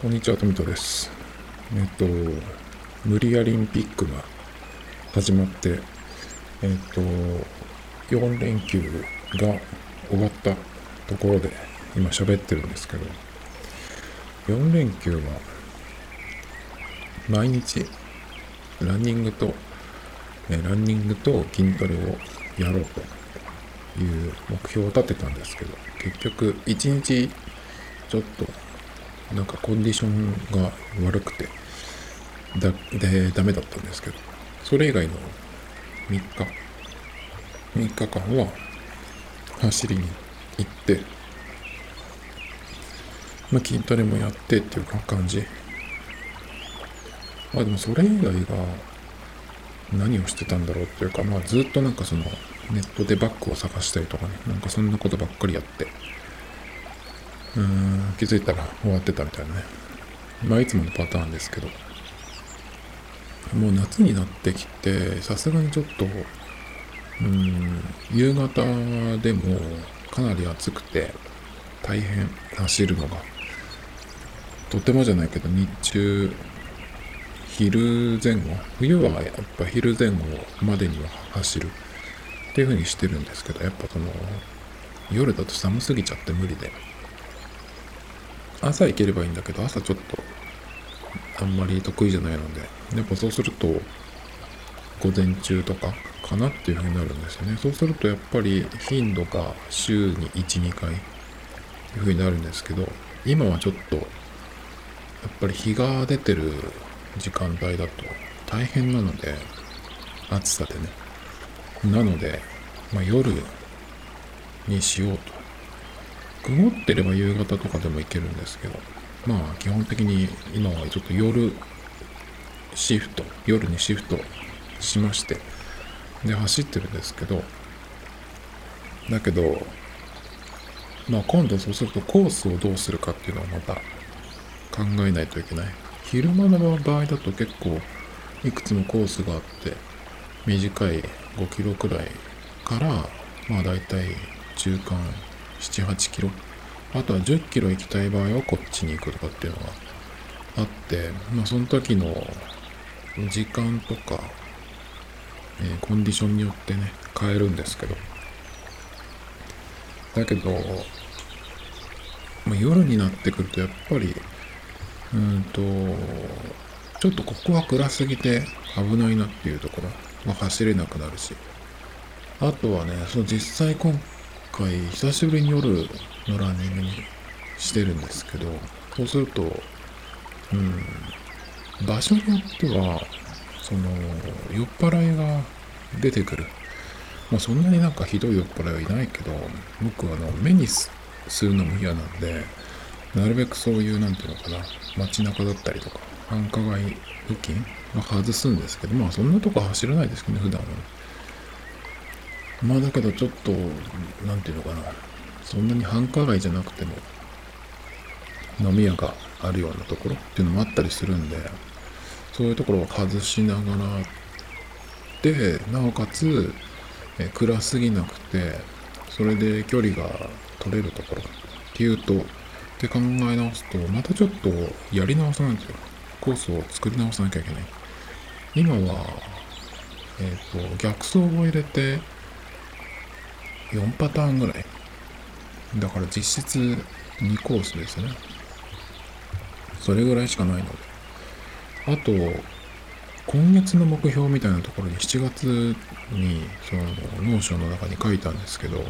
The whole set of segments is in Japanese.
こんにちは、トミトです。無理やりンピックが始まって、4連休が終わったところで今喋ってるんですけど、4連休は毎日ランニングと筋トレをやろうという目標を立てたんですけど、結局1日ちょっとなんかコンディションが悪くてダメだったんですけど、それ以外の3日間は走りに行って、筋トレもやってっていう感じ。でもそれ以外が何をしてたんだろうっていうか、ずっとなんかそのネットでバッグを探したりとかね、なんかそんなことばっかりやって、気づいたら終わってたみたいなね。いつものパターンですけど、もう夏になってきて、さすがにちょっと、夕方でもかなり暑くて大変走るのが。とてもじゃないけど、日中、昼前後、冬はやっぱ昼前後までには走るっていう風にしてるんですけど、やっぱその、夜だと寒すぎちゃって無理で。朝行ければいいんだけど、朝ちょっとあんまり得意じゃないので、やっぱそうすると午前中とかかなっていう風になるんですよね。そうするとやっぱり頻度が週に1、2回っていう風になるんですけど、今はちょっとやっぱり日が出てる時間帯だと大変なので、暑さでね。なので、夜にしようと。曇ってれば夕方とかでも行けるんですけど、基本的に今はちょっと夜にシフトしまして、で走ってるんですけど、だけど、今度そうするとコースをどうするかっていうのをまた考えないといけない。昼間の場合だと結構いくつもコースがあって、短い5キロくらいから、だいたい中間7、8キロ。あとは10キロ行きたい場合はこっちに行くとかっていうのがあって、その時の時間とか、コンディションによってね、変えるんですけど。だけど、夜になってくるとやっぱり、ちょっとここは暗すぎて危ないなっていうところは走れなくなるし、あとはね、実際今回久しぶりに夜のランニングにしてるんですけど、そうすると、場所によっては、酔っ払いが出てくる。そんなになんかひどい酔っ払いはいないけど、僕は目にするのも嫌なんで、なるべくそういう、なんていうのかな、街中だったりとか、繁華街付近は外すんですけど、そんなとこ走らないですけどね、普段は。だけどちょっと、なんていうのかな、そんなに繁華街じゃなくても、飲み屋があるようなところっていうのもあったりするんで、そういうところを外しながらで、なおかつ、暗すぎなくて、それで距離が取れるところっていうと、って考え直すと、またちょっとやり直さないとよ。コースを作り直さなきゃいけない。今は、逆走を入れて4パターンぐらい。だから実質2コースですね。それぐらいしかないので。あと、今月の目標みたいなところに7月にノーションの中に書いたんですけど、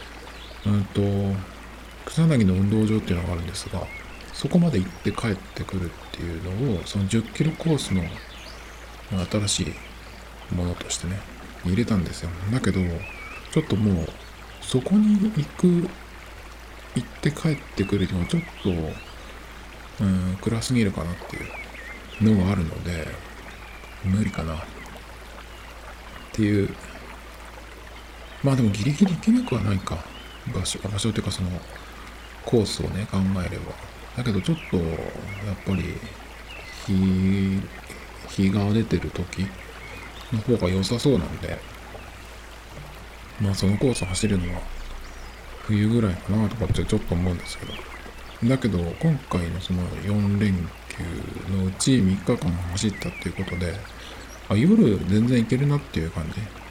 草薙の運動場っていうのがあるんですが、そこまで行って帰ってくるっていうのを、その10キロコースの新しいものとしてね、入れたんですよ。だけど、ちょっともう、そこに行って帰ってくるにはちょっと、暗すぎるかなっていうのがあるので、無理かなっていう。でもギリギリ行けなくはないか。場所っていうかコースをね、考えれば。だけどちょっと、やっぱり、日が出てる時の方が良さそうなんで、そのコースを走るのは冬ぐらいかなとかってちょっと思うんですけど。 だけど、今回のその4連休のうち3日間走ったっていうことで、夜全然行けるなっていう感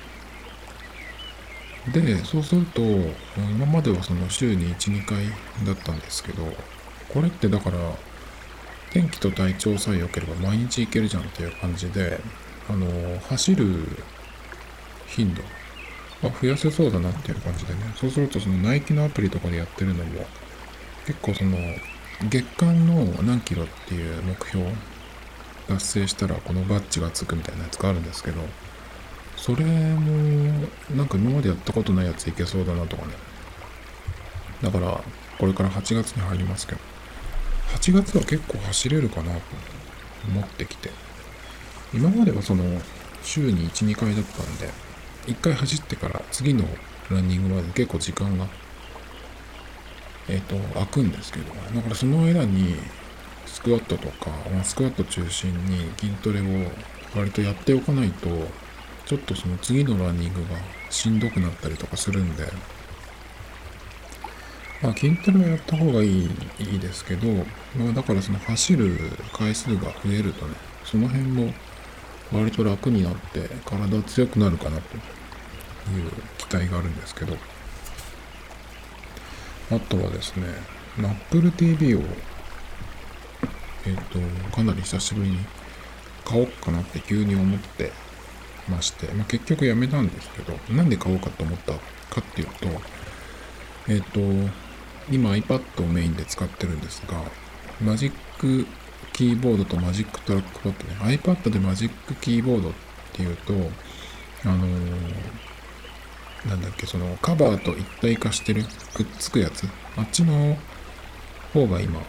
じ。で、そうすると、今まではその週に1、2回だったんですけど、これってだから、天気と体調さえ良ければ毎日行けるじゃんっていう感じで、走る頻度が増やせそうだなっていう感じでね。そうするとそのナイキのアプリとかでやってるのも、結構その、月間の何キロっていう目標を達成したらこのバッジがつくみたいなやつがあるんですけど、それもなんか今までやったことないやついけそうだなとかね。だからこれから8月に入りますけど、8月は結構走れるかなと思ってきて、今まではその週に1、2回だったんで、1回走ってから次のランニングまで結構時間が空くんですけど、だからその間にスクワットとか、スクワット中心に筋トレを割とやっておかないと、ちょっとその次のランニングがしんどくなったりとかするんで、筋トレはやった方がいいですけど、だからその走る回数が増えるとね、その辺も割と楽になって体強くなるかなという期待があるんですけど、あとはですね、Apple TV をかなり久しぶりに買おうかなって急に思ってまして、結局やめたんですけど、なんで買おうかと思ったかっていうと、今 iPad をメインで使ってるんですが、マジックキーボードとマジックトラックパッドね、iPad でマジックキーボードっていうと、そのカバーと一体化してる、くっつくやつ、あっちの方が今、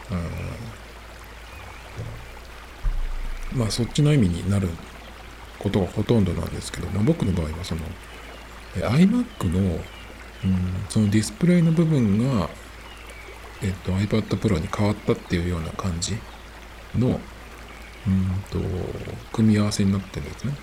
そっちの意味になることがほとんどなんですけど、僕の場合はその iMac の、そのディスプレイの部分が、iPad Pro に変わったっていうような感じの、組み合わせになってるんですね。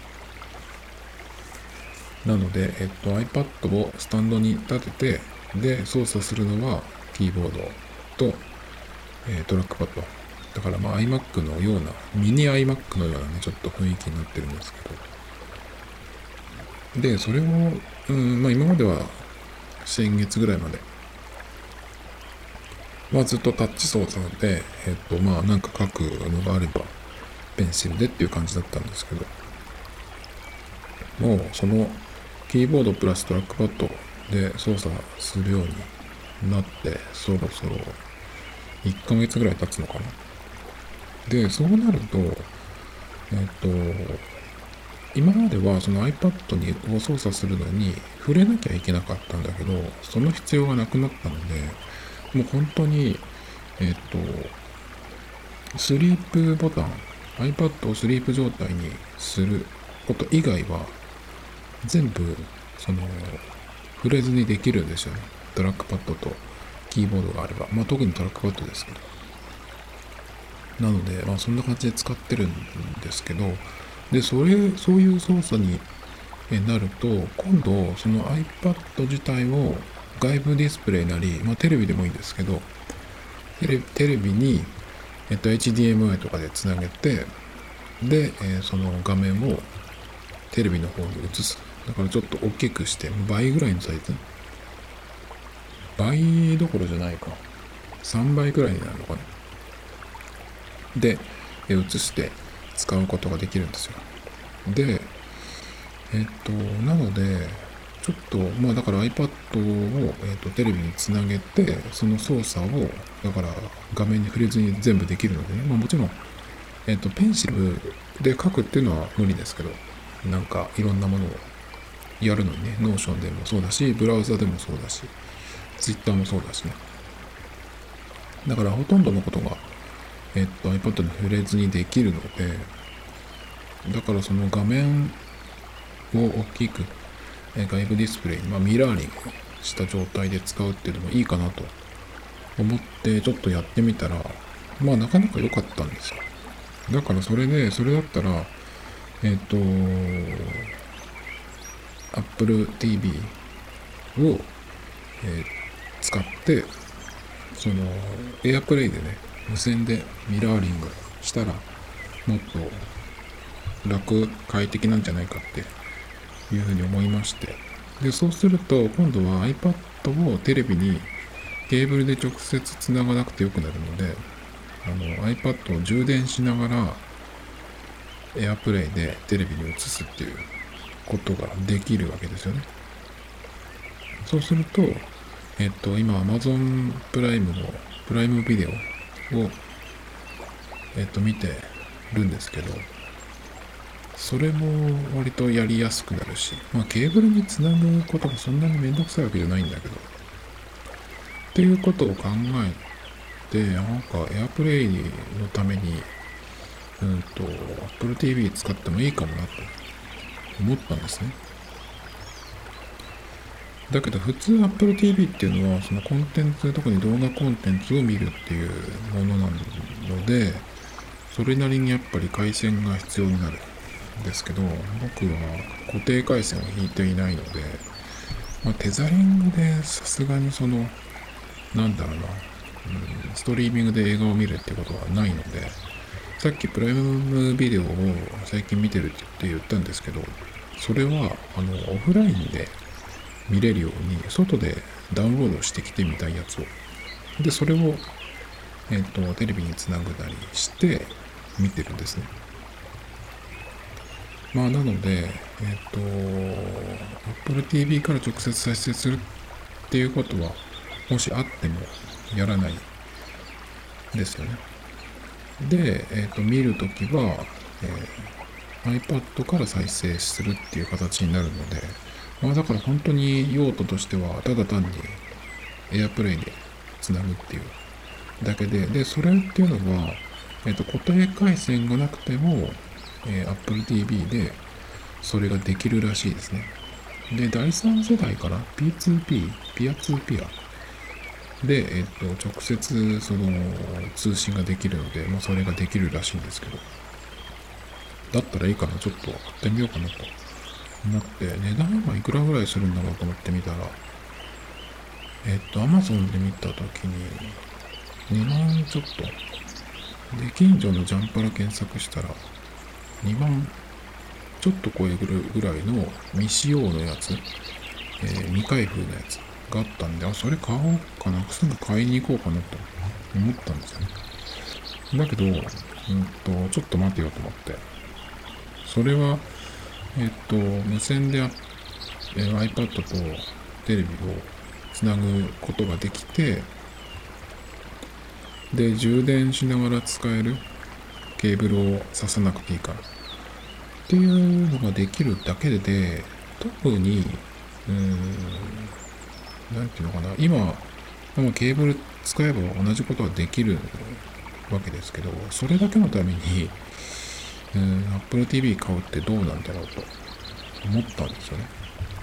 なので、iPad をスタンドに立てて、で、操作するのはキーボードと、トラックパッド。だからiMac のような、ミニ iMac のようなね、ちょっと雰囲気になってるんですけど。で、それを、今までは先月ぐらいまで、ずっとタッチ操作で、なんか書くのがあれば、ペンシルでっていう感じだったんですけど、もうそのキーボードプラストラックパッドで操作するようになって、そろそろ1ヶ月ぐらい経つのかな。で、そうなると、今まではその iPad を操作するのに触れなきゃいけなかったんだけど、その必要がなくなったので、もう本当に、スリープボタン、iPad をスリープ状態にすること以外は、全部、触れずにできるんですよね。トラックパッドとキーボードがあれば。特にトラックパッドですけど。なので、そんな感じで使ってるんですけど、で、そういう操作になると、今度、その iPad 自体を外部ディスプレイなり、テレビでもいいんですけど、テレビに、HDMI とかでつなげて、で、その画面をテレビの方に映す。だからちょっと大きくして、倍ぐらいのサイズ。倍どころじゃないか。3倍ぐらいになるのかな。で、映して使うことができるんですよ。で、なので、ちょっと、だから iPad を、テレビにつなげて、その操作を、だから画面に触れずに全部できるのでね、もちろん、ペンシルで書くっていうのは無理ですけど、なんかいろんなものをやるのにね、ノーションでもそうだし、ブラウザでもそうだし、Twitter もそうだしね。だからほとんどのことが、iPad に触れずにできるので、だからその画面を大きく、外部ディスプレイに、ミラーリングした状態で使うっていうのもいいかなと思ってちょっとやってみたら、なかなか良かったんですよ。だからそれだったら、Apple TV を、使って、 その AirPlay でね、無線でミラーリングしたらもっと楽、快適なんじゃないかっていうふうに思いまして、でそうすると今度は iPad をテレビにケーブルで直接つながなくてよくなるので、iPad を充電しながら AirPlay でテレビに映すっていうことができるわけですよね。そうすると、今 Amazon プライムのプライムビデオを、見てるんですけど、それも割とやりやすくなるし、ケーブルにつなぐことがそんなにめんどくさいわけじゃないんだけど、っていうことを考えて、なんか AirPlay のために、Apple TV 使ってもいいかもなと思ったんですね。だけど普通 Apple TV っていうのはそのコンテンツ、特に動画コンテンツを見るっていうものなので、それなりにやっぱり回線が必要になるんですけど、僕は固定回線を引いていないので、テザリングでさすがにストリーミングで映画を見るってことはないので、さっきプライムビデオを最近見てるって言ったんですけど、それはオフラインで見れるように外でダウンロードしてきてみたいやつを、でそれを、テレビにつなぐなりして見てるんですね。なのでApple TV から直接再生するっていうことはもしあってもやらないですよね。で、見るときは、iPad から再生するっていう形になるので、だから本当に用途としてはただ単に AirPlay でつなぐっていうだけで、それっていうのは、固定回線がなくても、Apple TV でそれができるらしいですね。で、第3世代から P2P、ピアツーピアで、直接その通信ができるので、それができるらしいんですけど、だったらいいかな、ちょっと買ってみようかなと思って、値段はいくらぐらいするんだろうと思ってみたら、Amazon で見たときに2万ちょっと。で、近所のジャンパラ検索したら2万ちょっと超えるぐらいの未使用のやつ、未開封のやつがあったんで、それ買おうかな、すぐ買いに行こうかなと思ったんですよね。だけど、ちょっと待てよと思って、それは、無線で、iPad とテレビをつなぐことができて、で、充電しながら使えるケーブルを挿さなくていいからっていうのができるだけで、特に、なんていうのかな、今ケーブル使えば同じことはできるわけですけど、それだけのために、Apple TV 買うってどうなんだろうと思ったんですよね。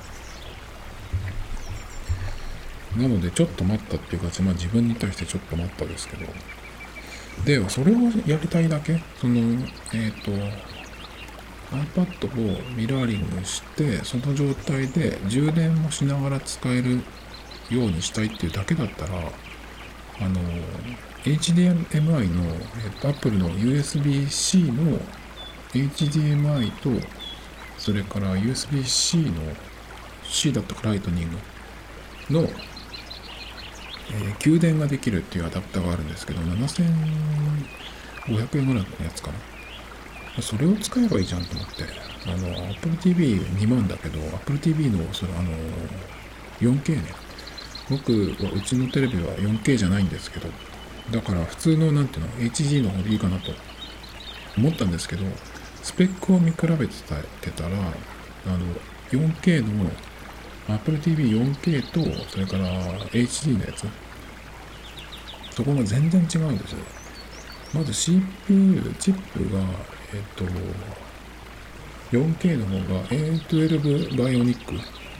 なのでちょっと待ったっていうか、自分に対してちょっと待ったですけど、でそれをやりたいだけ、iPad をミラーリングして、その状態で充電もしながら使えるようにしたいっていうだけだったら、HDMI の、Apple の USB-C の HDMI と、それから USB-C の C だったかライトニングの、給電ができるっていうアダプターがあるんですけど、7500円ぐらいのやつかな。それを使えばいいじゃんと思って、Apple TV2 万だけど、Apple TV の4K ね。僕はうちのテレビは 4K じゃないんですけど、だから普通のHD の方でいいかなと思ったんですけど、スペックを見比べてたら、4K の Apple TV4K と、それから HD のやつ、そこが全然違うんですよ。まず CPU チップが、4K の方が A12 バイオニック。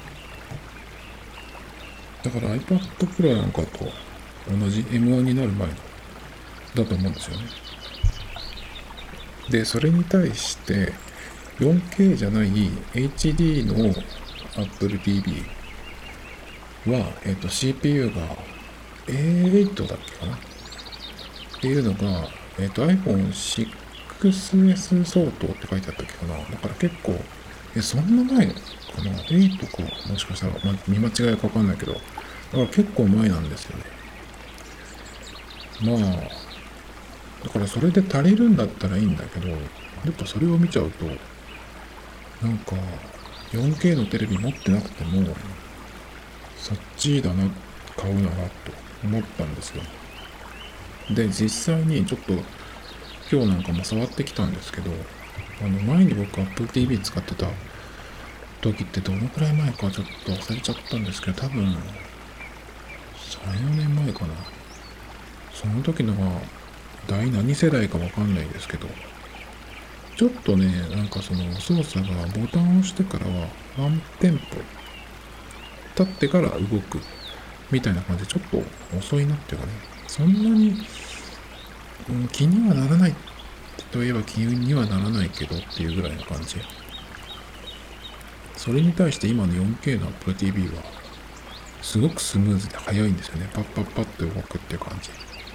だから iPad Pro なんかと同じ M1 になる前のだと思うんですよね。で、それに対して 4K じゃない HD の Apple TV は、CPU が A8 だっけかなっていうのが、iPhone6S 相当って書いてあったっけかな。だから結構、そんな前かな？ 8 か、もしかしたら、見間違いかわかんないけど、だから結構前なんですよね。まあ、だからそれで足りるんだったらいいんだけど、やっぱそれを見ちゃうと、なんか、4K のテレビ持ってなくても、そっちだな、買うならと思ったんですよ。で、実際にちょっと、今日なんかも触ってきたんですけど、前に僕 Apple TV 使ってた時ってどのくらい前かちょっと忘れちゃったんですけど、多分、3、4年前かな。その時のが、第何世代かわかんないですけど、ちょっとね、なんかその操作がボタンを押してからはワンテンポ経ってから動くみたいな感じでちょっと遅いなっていうかね、そんなに、気にはならないといえば気にはならないけどっていうぐらいな感じ。それに対して今の 4K の Apple TV はすごくスムーズで速いんですよね。パッパッパッと動くっていう感じ。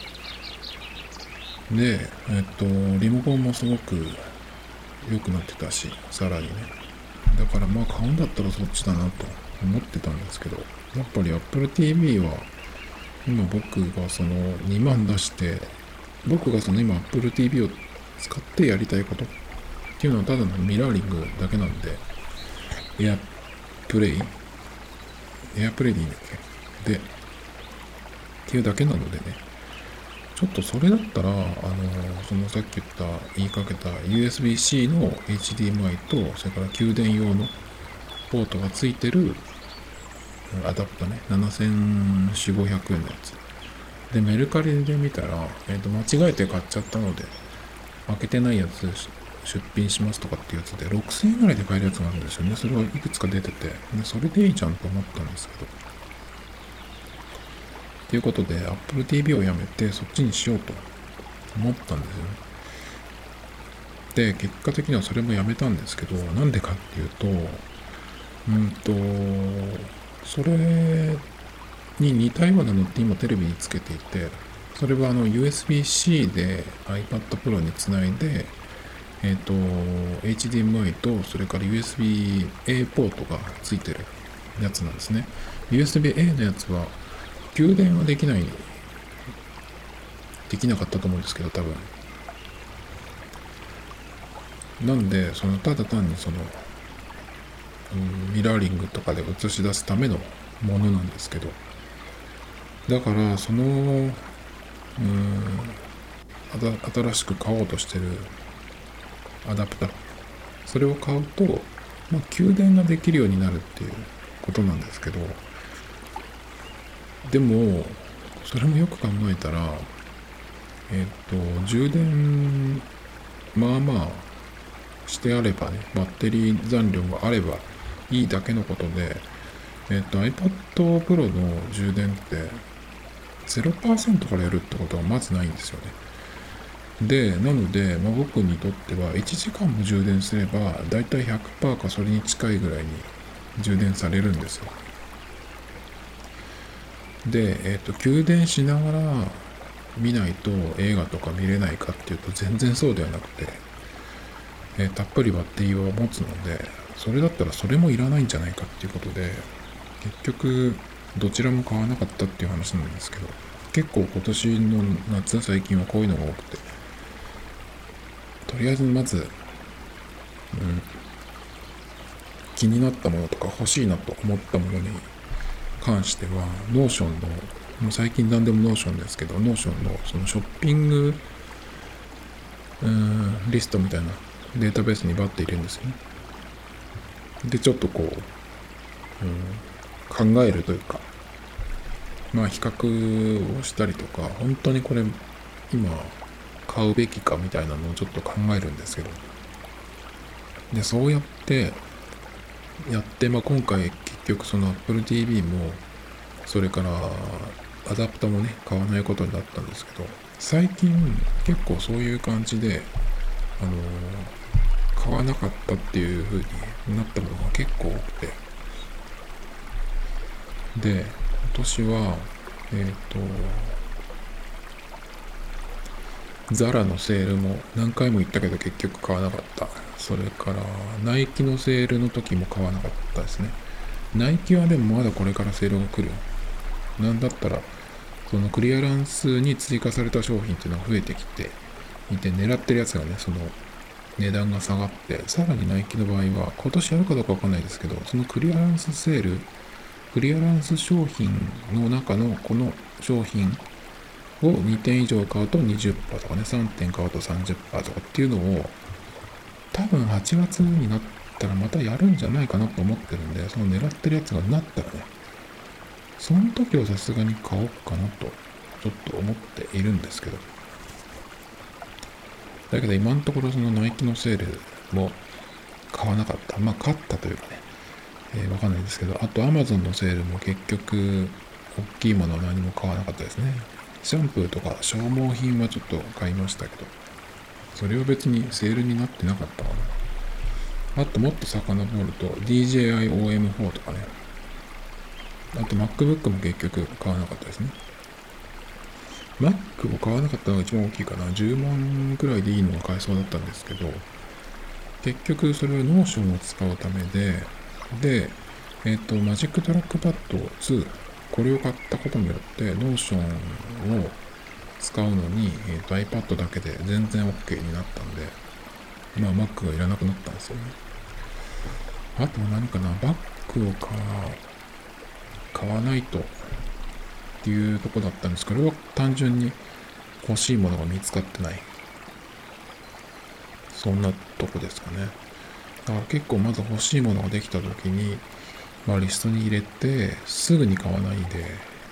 で、リモコンもすごく良くなってたし、さらにね。だからまあ買うんだったらそっちだなと思ってたんですけど、やっぱり Apple TV は今僕がその2万出して、僕がその今 Apple TV を使ってやりたいことっていうのはただのミラーリングだけなんで、エアプレイでいいんだっけで、っていうだけなのでね、ちょっとそれだったら、そのさっき言いかけた USB-C の HDMI と、それから給電用のポートがついてるアダプタね、7400、500円のやつ。で、メルカリで見たら、間違えて買っちゃったので、開けてないやつ出品しますとかっていうやつで、6000円ぐらいで買えるやつがあるんですよね。それはいくつか出てて、でそれでいいじゃんと思ったんですけど。ということで、Apple TV をやめて、そっちにしようと思ったんですよね。で、結果的にはそれもやめたんですけど、なんでかっていうと、それに似たようなのって今テレビにつけていて、それはUSB-C で iPad Pro につないで、HDMI とそれから USB-A ポートがついてるやつなんですね。USB-A のやつは給電はできなかったと思うんですけど、多分。なんで、ただ単にミラーリングとかで映し出すためのものなんですけど、だから、新しく買おうとしてるアダプター、それを買うと、給電ができるようになるっていうことなんですけど、でも、それもよく考えたら、充電、まあまあしてあればね、バッテリー残量があればいいだけのことで、iPad Pro の充電って0% からやるってことはまずないんですよね。で、なので、僕にとっては1時間も充電すれば、だいたい 100% かそれに近いぐらいに充電されるんですよ。で、給電しながら見ないと映画とか見れないかっていうと全然そうではなくて、たっぷりバッテリーを持つので、それだったらそれもいらないんじゃないかっていうことで、結局どちらも買わなかったっていう話なんですけど、結構今年の夏最近はこういうのが多くて、とりあえずまず、気になったものとか欲しいなと思ったものに関しては、ノーションの、もう最近何でもノーションですけど、ノーションのそのショッピングリストみたいなデータベースにバッて入れるんですよね。で、ちょっと考えるというか、比較をしたりとか、本当にこれ今買うべきかみたいなのをちょっと考えるんですけど、で、そうやって、今回結局その Apple TV も、それからアダプタもね、買わないことになったんですけど、最近結構そういう感じで、買わなかったっていう風になったものが結構多くて、で、今年はザラのセールも何回も言ったけど結局買わなかった。それからナイキのセールの時も買わなかったですね。ナイキはでもまだこれからセールが来るよ。なんだったらそのクリアランスに追加された商品っていうのが増えてきていて、狙ってるやつがね、その値段が下がって、さらにナイキの場合は今年やるかどうかわかんないですけど、そのクリアランスセール、クリアランス商品の中のこの商品を2点以上買うと 20% とかね、3点買うと 30% とかっていうのを多分8月になったらまたやるんじゃないかなと思ってるんで、その狙ってるやつがなったらね、その時はさすがに買おうかなとちょっと思っているんですけど、だけど今のところそのナイキのセールも買わなかった。まあ買ったというかね、わかんないですけど、あと Amazon のセールも結局大きいものは何も買わなかったですね。シャンプーとか消耗品はちょっと買いましたけど、それは別にセールになってなかったかな。あともっと遡ると DJI-OM4 とかね。あと MacBook も結局買わなかったですね。Mac を買わなかったのが一番大きいかな。10万くらいでいいのが買えそうだったんですけど、結局それは Notion を使うためで、マジックトラックパッド2、これを買ったことによって Notion を使うのに、iPad だけで全然 OK になったんで、まあ Mac がいらなくなったんですよね。あと何かな、バッグを買わないとっていうとこだったんですけど、これは単純に欲しいものが見つかってない。そんなとこですかね。だから結構まず欲しいものができた時に、まあリストに入れて、すぐに買わないで、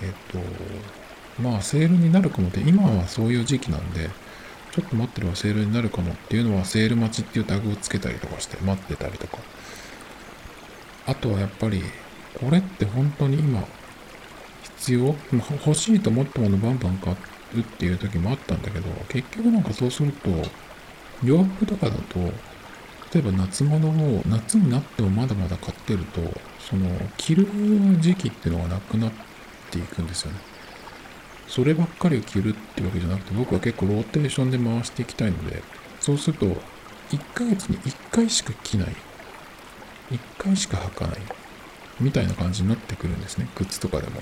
まあセールになるかもって、今はそういう時期なんで、ちょっと待ってればセールになるかもっていうのは、セール待ちっていうタグをつけたりとかして待ってたりとか。あとはやっぱり、これって本当に今、必要、欲しいと思ったものバンバン買うっていう時もあったんだけど、結局なんかそうすると、洋服とかだと、例えば夏物を夏になってもまだまだ買ってると、その着る時期っていうのがなくなっていくんですよね。そればっかりを着るってわけじゃなくて、僕は結構ローテーションで回していきたいので、そうすると1ヶ月に1回しか着ない、1回しか履かないみたいな感じになってくるんですね。靴とかでも。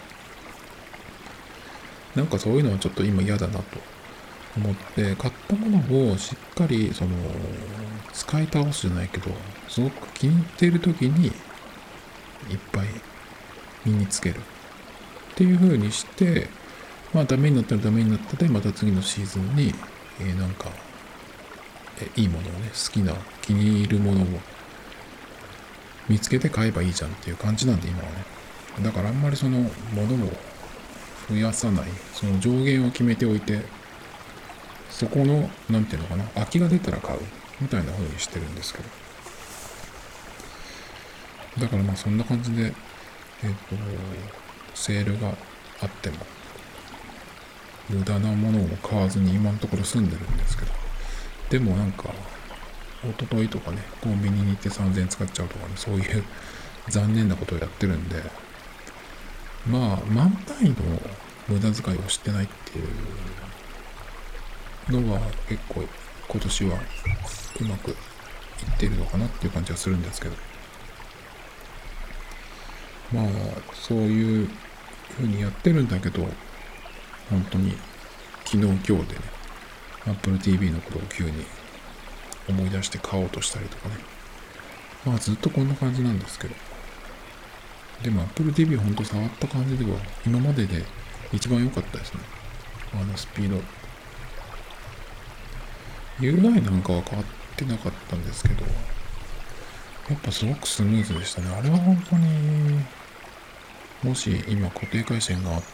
なんかそういうのはちょっと今嫌だなと思って、買ったものをしっかりその使い倒すじゃないけど、すごく気に入っている時にいっぱい身につけるっていう風にして、まあダメになったらダメになったで、また次のシーズンに、なんか、いいものをね、好きな気に入るものを見つけて買えばいいじゃんっていう感じなんで今はね。だからあんまりそのものを増やさない、その上限を決めておいて、そこの、なんていうのかな、空きが出たら買うみたいな風にしてるんですけど。だからまあそんな感じで、セールがあっても、無駄なものを買わずに今のところ住んでるんですけど。でもなんか、一昨日とかね、コンビニに行って3000円使っちゃうとかね、そういう残念なことをやってるんで、まあ、満単位の無駄遣いをしてないっていうのは結構今年はうまくいってるのかなっていう感じはするんですけど。まあ、そういう風にやってるんだけど、本当に昨日今日でね、Apple TV のことを急に思い出して買おうとしたりとかね。まあずっとこんな感じなんですけど。でも Apple TV ほんと触った感じでは今までで一番良かったですね。スピード。UI なんかは変わってなかったんですけど、やっぱすごくスムーズでしたね。あれは本当に、もし今固定回線があって、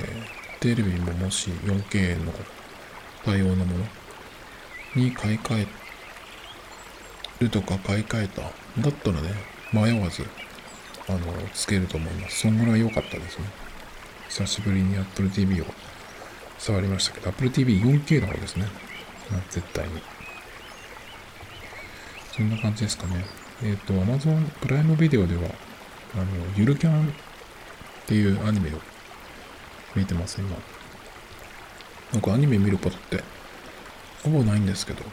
テレビももし 4K の対応のものに買い替えるとか買い替えた。だったらね、迷わず、つけると思います。そんぐらい良かったですね。久しぶりに Apple TV を触りましたけど、Apple TV 4K の方ですね。絶対に。そんな感じですかね。Amazon プライムビデオでは、ゆるキャンっていうアニメを見てます、今。なんかアニメ見ることってほぼないんですけど、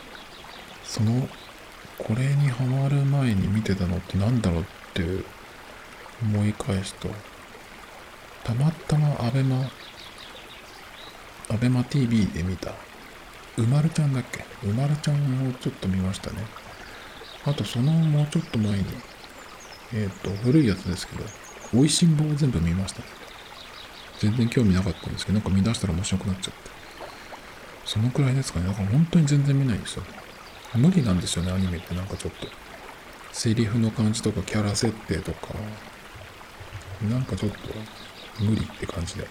これにハマる前に見てたのってなんだろうっていう思い返すと、たまたまアベマ TV で見た、うまるちゃんだっけ、うまるちゃんをちょっと見ましたね。あともうちょっと前に、古いやつですけど、美味しんぼを全部見ましたね。全然興味なかったんですけど、なんか見出したら面白くなっちゃって。そのくらいですかね。だから本当に全然見ないんですよ。無理なんですよね、アニメってなんかちょっと。セリフの感じとかキャラ設定とか、なんかちょっと無理って感じで。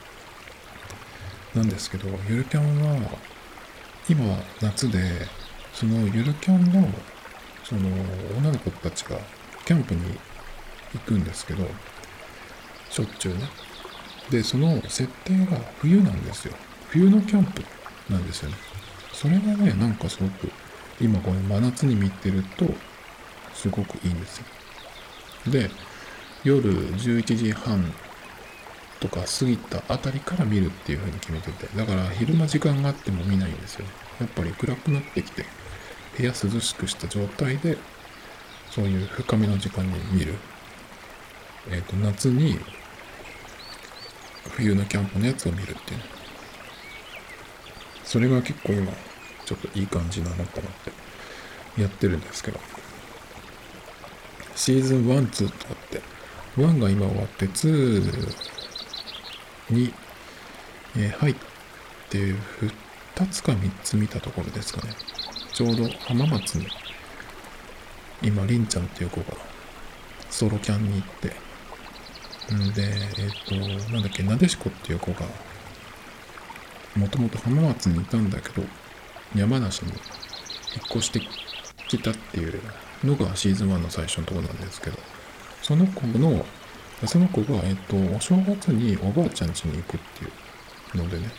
なんですけど、ゆるキャンは、今夏で、そのゆるキャンの、その女の子たちがキャンプに行くんですけど、しょっちゅうね。で、その設定が冬なんですよ。冬のキャンプなんですよね。それがね、なんかすごく、今この真夏に見てると、すごくいいんですよ。で、夜11時半とか過ぎたあたりから見るっていう風に決めてて、だから昼間時間があっても見ないんですよ。やっぱり暗くなってきて、部屋涼しくした状態で、そういう深めの時間に見る。夏に冬のキャンプのやつを見るっていう。それが結構今、ちょっといい感じなのかなってやってるんですけど。シーズン1、2とあって、1が今終わって2に、入って2つか3つ見たところですかね。ちょうど浜松に今りんちゃんっていう子がソロキャンに行って、でなんだっけ、なでしこっていう子がもともと浜松にいたんだけど山梨に引っ越してきたっていうのがシーズン1の最初のところなんですけど、その子が、お正月におばあちゃん家に行くっていうのでね、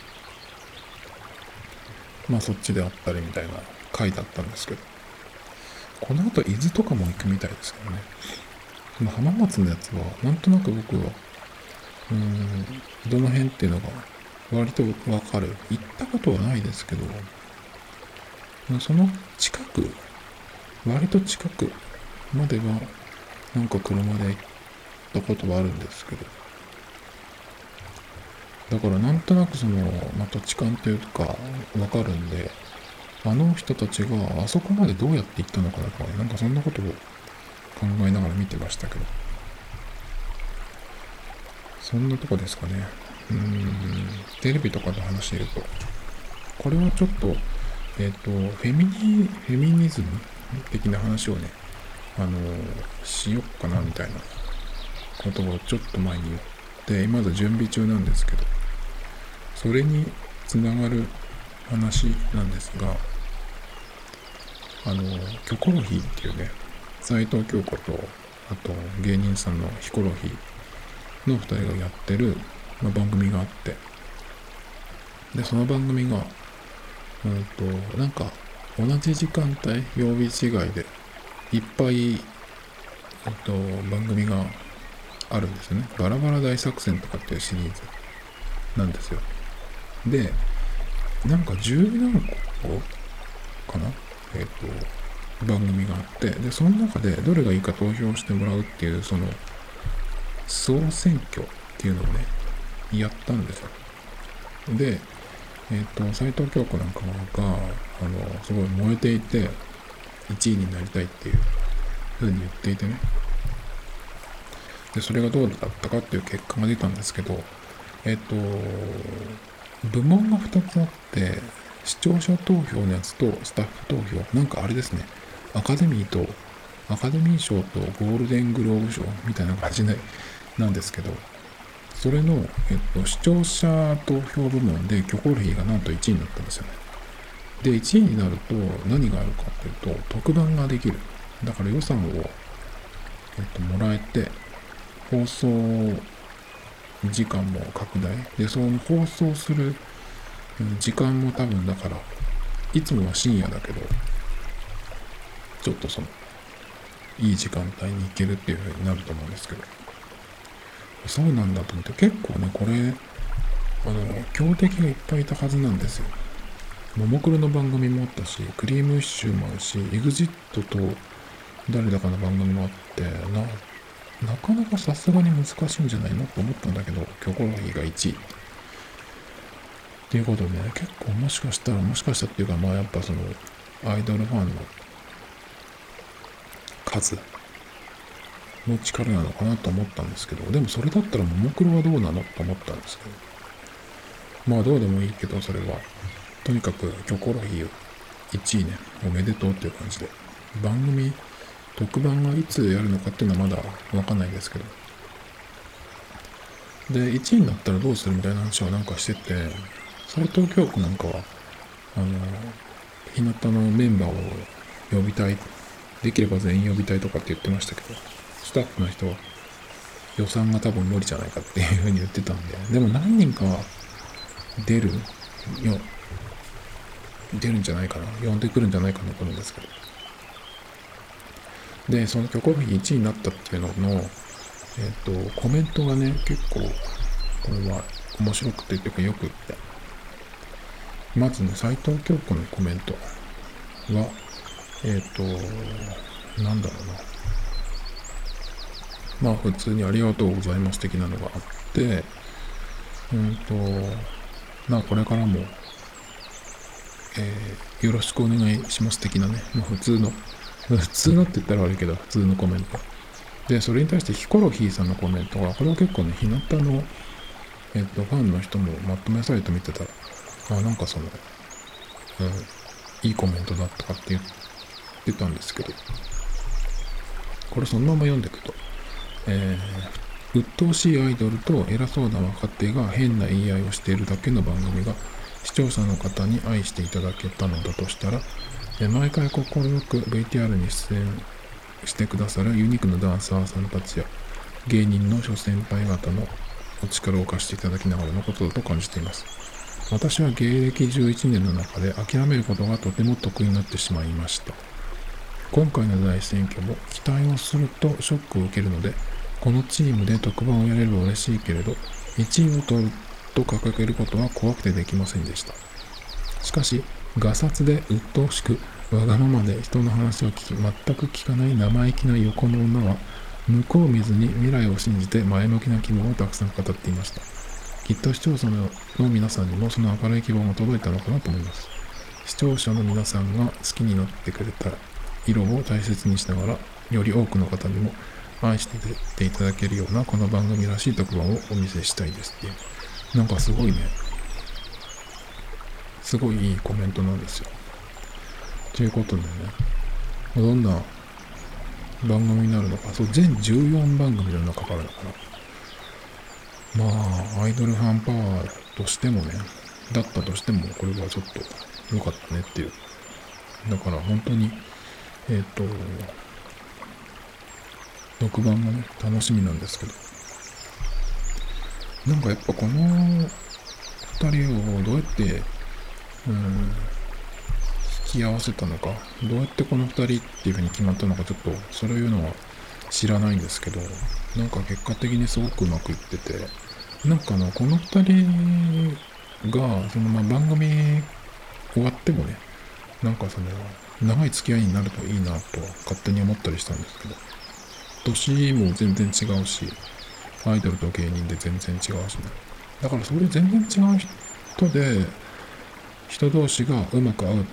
まあそっちであったりみたいな回だったんですけど、この後伊豆とかも行くみたいですけどね。その浜松のやつはなんとなく僕はどの辺っていうのが割とわかる。行ったことはないですけど、その近く、割と近くまではなんか車で行ったことはあるんですけど、だからなんとなく土地勘というかわかるんで、あの人たちがあそこまでどうやって行ったのかなとかね、なんかそんなことを考えながら見てましたけど、そんなとこですかね。テレビとかで話していると、これはちょっと、フェミニズム的な話をね、しよっかなみたいなことをちょっと前に言って、まだ準備中なんですけど、それにつながる話なんですが、キョコロヒーっていうね、斉藤京子と、あと芸人さんのヒコロヒーの2人がやってる、番組があって、で、その番組が、なんか、同じ時間帯、曜日違いで、いっぱい、番組があるんですよね。バラバラ大作戦とかっていうシリーズなんですよ。で、なんか十何個かな番組があって、で、その中でどれがいいか投票してもらうっていう、総選挙っていうのをね、やったんですよ。で、斉藤京子なんかが、すごい燃えていて、1位になりたいっていう風に言っていてね。で、それがどうだったかっていう結果が出たんですけど、部門が2つあって、視聴者投票のやつとスタッフ投票、なんかあれですね、アカデミー賞とゴールデングローブ賞みたいな感じなんですけど、それの、視聴者投票部門でキョコロヒーがなんと1位になったんですよね。で、1位になると何があるかっていうと、特番ができる。だから予算を、もらえて、放送時間も拡大。で、その放送する時間も多分だから、いつもは深夜だけど、ちょっといい時間帯に行けるっていう風になると思うんですけど、そうなんだと思って、結構ね、これ、 強敵がいっぱいいたはずなんですよ。ももクロの番組もあったし、クリームシチューもあるし、EXIT と誰だかの番組もあって、なかなかさすがに難しいんじゃないのと思ったんだけど、キョコロヒーが1位。っていうことでね、結構もしかしたっていうか、まあやっぱその、アイドルファンの数の力なのかなと思ったんですけど、でもそれだったらももクロはどうなのと思ったんですけど、まあどうでもいいけど、それは。とにかく、キョコロヒー1位ね、おめでとうっていう感じで。番組、特番がいつやるのかっていうのはまだわかんないですけど。で、1位になったらどうするみたいな話をなんかしてて、斉藤京子なんかは、日向のメンバーを呼びたい、できれば全員呼びたいとかって言ってましたけど、スタッフの人は予算が多分無理じゃないかっていうふうに言ってたんで、でも何人かは出るんじゃないかな、呼んでくるんじゃないかなと思うんですけど。で、そのキョコロヒー1位になったっていうのの、コメントがね、結構、これは面白くてというかよくって、まずね、斉藤京子のコメントは、なんだろうな。まあ普通にありがとうございます的なのがあって、まあこれからも、よろしくお願いします的なね、まあ普通のって言ったら悪いけど、普通のコメント。で、それに対してヒコロヒーさんのコメントが、これは結構ね、日向の、ファンの人もまとめサイト見てたら、なんかその、いいコメントだとかって言ってたんですけど、これそのまま読んでいくと、鬱陶しいアイドルと偉そうな若手が変な言い合いをしているだけの番組が視聴者の方に愛していただけたのだとしたら、毎回快く VTR に出演してくださるユニークなダンサーさんたちや芸人の諸先輩方のお力を貸していただきながらのことだと感じています。私は芸歴11年の中で諦めることがとても得意になってしまいました。今回の大選挙も期待をするとショックを受けるので、このチームで特番をやれれば嬉しいけれど、1位を取ると掲げることは怖くてできませんでした。しかし、ガサツで鬱陶しく、わがままで人の話を聞き、全く聞かない生意気な横の女は、向こう見ずに未来を信じて前向きな希望をたくさん語っていました。きっと視聴者の皆さんにもその明るい希望が届いたのかなと思います。視聴者の皆さんが好きになってくれた色を大切にしながら、より多くの方にも愛していただけるようなこの番組らしい特番をお見せしたいですっていう。なんかすごいね、すごいいいコメントなんですよ。ということでね、どんな番組になるのか、そう、全14番組の中からだから、まあ、アイドルファンパワーとしてもね、だったとしても、これはちょっと良かったねっていう。だから本当に、特番がね、楽しみなんですけど、なんかやっぱこの二人をどうやって、引き合わせたのか、どうやってこの二人っていう風に決まったのか、ちょっとそういうのは知らないんですけど、なんか結果的にすごくうまくいってて、なんかこの二人が、その番組終わってもね、なんかその、長い付き合いになるといいなと勝手に思ったりしたんですけど、年も全然違うし、アイドルと芸人で全然違うしね。だからそれ全然違う人で、人同士がうまく合うって、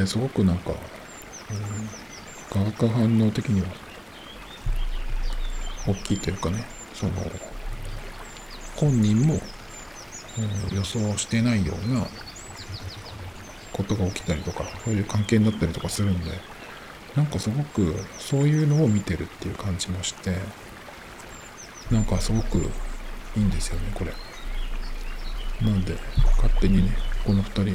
すごくなんか、化学反応的には大きいというかね、その、本人も、予想してないようなことが起きたりとか、そういう関係になったりとかするんで、なんかすごくそういうのを見てるっていう感じもして、なんかすごくいいんですよね、これ。なんで、勝手にね、この二人、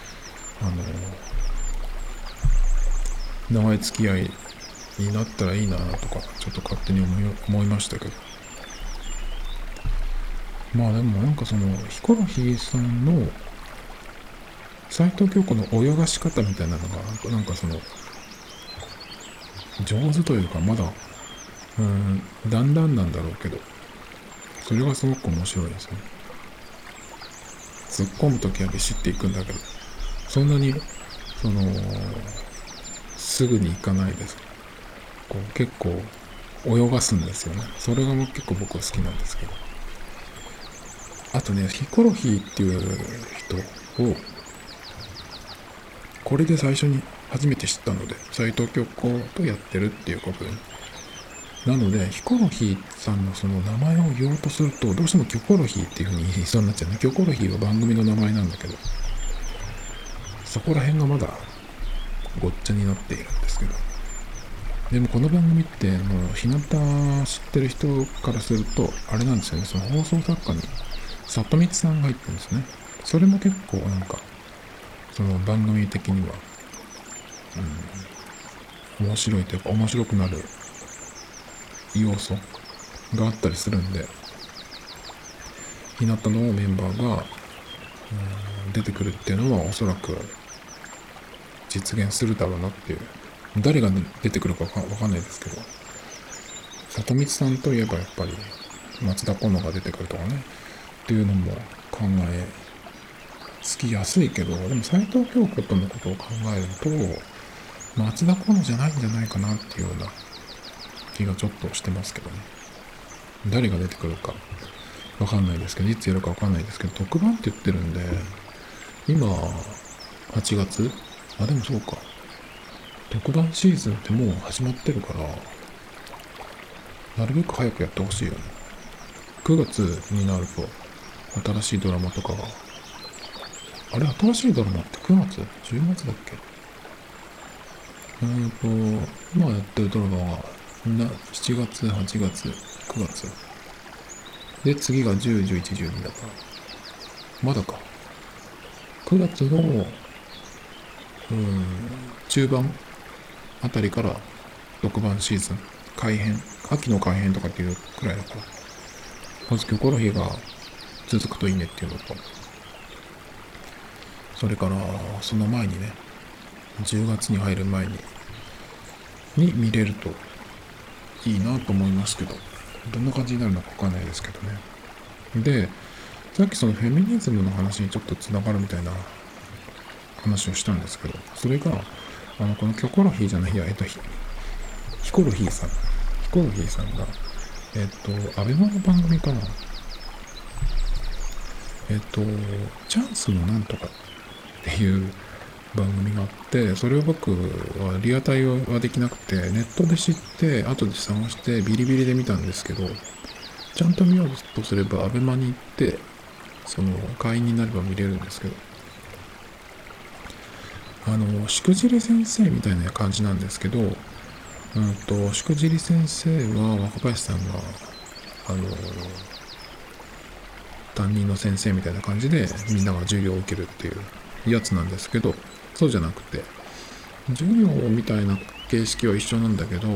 長い付き合いになったらいいなとか、ちょっと勝手に思いましたけど。まあでもなんかその、ヒコロヒーさんの、斉藤京子の泳がし方みたいなのが、なんかその、上手というか、まだ、だんだんなんだろうけど、それがすごく面白いですね。 突っ込むときはビシッていくんだけど、そんなに、その、すぐに行かないです。こう結構泳がすんですよね。それが結構僕は好きなんですけど。あとね、ヒコロヒーっていう人を、これで最初に初めて知ったので、斉藤京子とやってるっていうことで、なので、ヒコロヒーさんのその名前を言おうとすると、どうしてもキョコロヒーっていう風に言いそうになっちゃうね。キョコロヒーは番組の名前なんだけど、そこら辺がまだごっちゃになっているんですけど。でもこの番組って、日向知ってる人からすると、あれなんですよね、その放送作家に、里光さんが入ってるんですね。それも結構なんか、その番組的には、面白いというか、面白くなる要素があったりするんで、日向のメンバーが、出てくるっていうのはおそらく実現するだろうなっていう。誰が出てくるかわかんないですけど、里光さんといえばやっぱり松田好花が出てくるとかね、っていうのも考えつきやすいけど、でも斉藤京子とのことを考えると、松田好花じゃないんじゃないかなっていうような気がちょっとしてますけどね。誰が出てくるかわかんないですけど、いつやるかわかんないですけど、特番って言ってるんで、今、8月？でもそうか。特番シーズンってもう始まってるから、なるべく早くやってほしいよね。9月になると、新しいドラマとかが、新しいドラマって9月 ?10 月だっけ？今やってるドラマが、7月、8月、9月。で、次が10、11、12だから。まだか。9月の、中盤あたりから6番シーズン、改編、秋の改編とかっていうくらいだから。まずキョコロヒーが続くといいねっていうのと、それからその前にね、10月に入る前に見れるといいなと思いますけど、どんな感じになるのかわかんないですけどね。で、さっきそのフェミニズムの話にちょっとつながるみたいな話をしたんですけど、それが、このキョコロヒーじゃない、ヒコロヒーさん。ヒコロヒーさんが、アベマの番組かな。チャンスのなんとかっていう番組があって、それを僕はリアタイはできなくて、ネットで知って、後で探してビリビリで見たんですけど、ちゃんと見ようとすればアベマに行って、その会員になれば見れるんですけど、しくじり先生みたいな感じなんですけど、しくじり先生は若林さんが、担任の先生みたいな感じでみんなが授業を受けるっていうやつなんですけど、そうじゃなくて、授業みたいな形式は一緒なんだけど、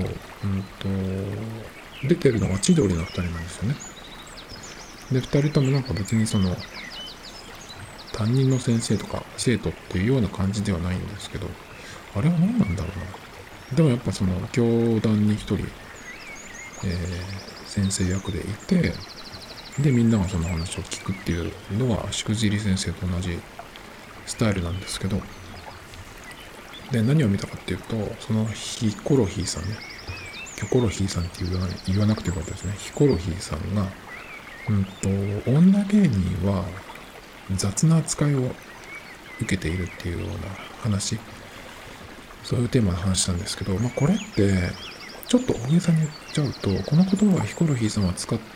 出てるのが千鳥の2人なんですよね。で、2人ともなんか別にその、担任の先生とか生徒っていうような感じではないんですけど、あれは何なんだろうな。でもやっぱその教団に一人、先生役でいて、でみんながその話を聞くっていうのがしくじり先生と同じスタイルなんですけど、で何を見たかっていうと、そのヒコロヒーさんね、キョコロヒーさんって言わなくてよかったですね。ヒコロヒーさんが、女芸人は雑な扱いを受けているっていうような話、そういうテーマの話なんですけど、これってちょっと大げさに言っちゃうと、この言葉はヒコロヒーさんは